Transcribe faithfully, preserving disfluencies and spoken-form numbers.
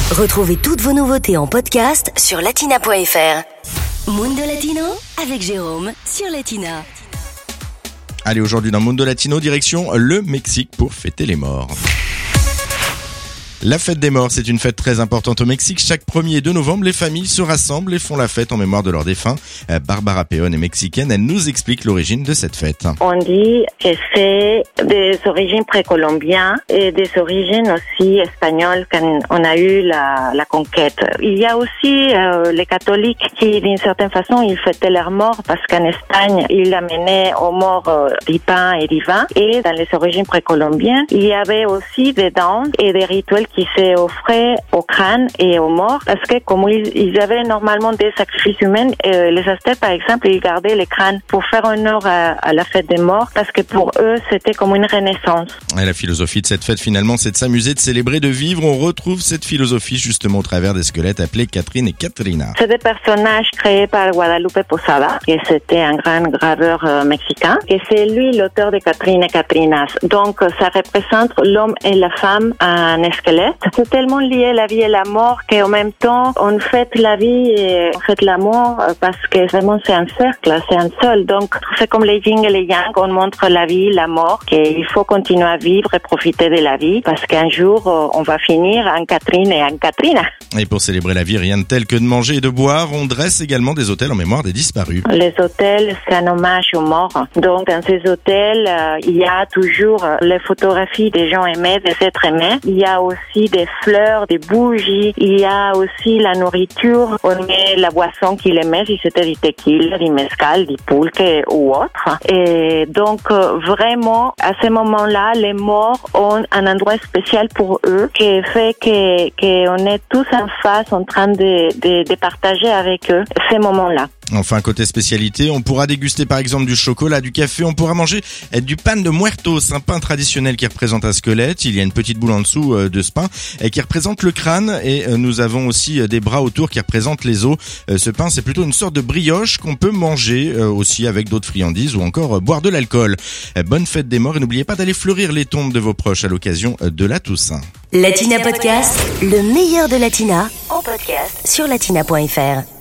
Retrouvez toutes vos nouveautés en podcast sur latina point f r. Mundo Latino avec Jérôme sur Latina. Allez, aujourd'hui dans Mundo Latino, direction le Mexique pour fêter les morts. La fête des morts, c'est une fête très importante au Mexique. Chaque premier et deux novembre, les familles se rassemblent et font la fête en mémoire de leurs défunts. Barbara Peón est mexicaine, elle nous explique l'origine de cette fête. On dit que c'est des origines précolombiennes et des origines aussi espagnoles quand on a eu la, la conquête. Il y a aussi euh, les catholiques qui, d'une certaine façon, ils fêtaient leurs morts parce qu'en Espagne, ils amenaient aux morts euh, du pain et du vin. Et dans les origines précolombiennes, il y avait aussi des danses et des rituels qui s'offraient au crâne et aux morts parce que comme ils, ils avaient normalement des sacrifices humains, euh, les Aztèques par exemple, ils gardaient les crânes pour faire honneur à, à la fête des morts parce que pour eux c'était comme une renaissance. Et la philosophie de cette fête finalement, c'est de s'amuser, de célébrer, de vivre. On retrouve cette philosophie justement au travers des squelettes appelés Catherine et Katrina. C'est des personnages créés par Guadalupe Posada, qui c'était un grand graveur euh, mexicain, et c'est lui l'auteur de Catherine et Katrinas. Donc ça représente l'homme et la femme en squelette. C'est tellement lié à la vie et la mort qu'en même temps, on fête la vie et on fête la mort parce que vraiment c'est un cercle, c'est un seul. Donc, c'est comme les yin et les yang, on montre la vie, la mort, qu'il faut continuer à vivre et profiter de la vie parce qu'un jour, on va finir en Catherine et en Katrina. Et pour célébrer la vie, rien de tel que de manger et de boire. On dresse également des hôtels en mémoire des disparus. Les hôtels, c'est un hommage aux morts. Donc, dans ces hôtels, euh, il y a toujours les photographies des gens aimés, des êtres aimés. Il y a aussi des fleurs, des bougies. Il y a aussi la nourriture. On met la boisson qu'il aimait, si c'était du tequila, du mezcal, du pulque ou autre. Et donc, euh, vraiment, à ce moment-là, les morts ont un endroit spécial pour eux qui fait que, qu'on est tous en face en train de, de, de partager avec eux ces moments-là. Enfin, côté spécialité, on pourra déguster par exemple du chocolat, du café, on pourra manger du pan de muertos, un pain traditionnel qui représente un squelette. Il y a une petite boule en dessous de ce pain et qui représente le crâne, et nous avons aussi des bras autour qui représentent les os. Ce pain, c'est plutôt une sorte de brioche qu'on peut manger aussi avec d'autres friandises ou encore boire de l'alcool. Bonne fête des morts et n'oubliez pas d'aller fleurir les tombes de vos proches à l'occasion de la Toussaint. Latina Podcast, le meilleur de Latina, en podcast sur latina point f r.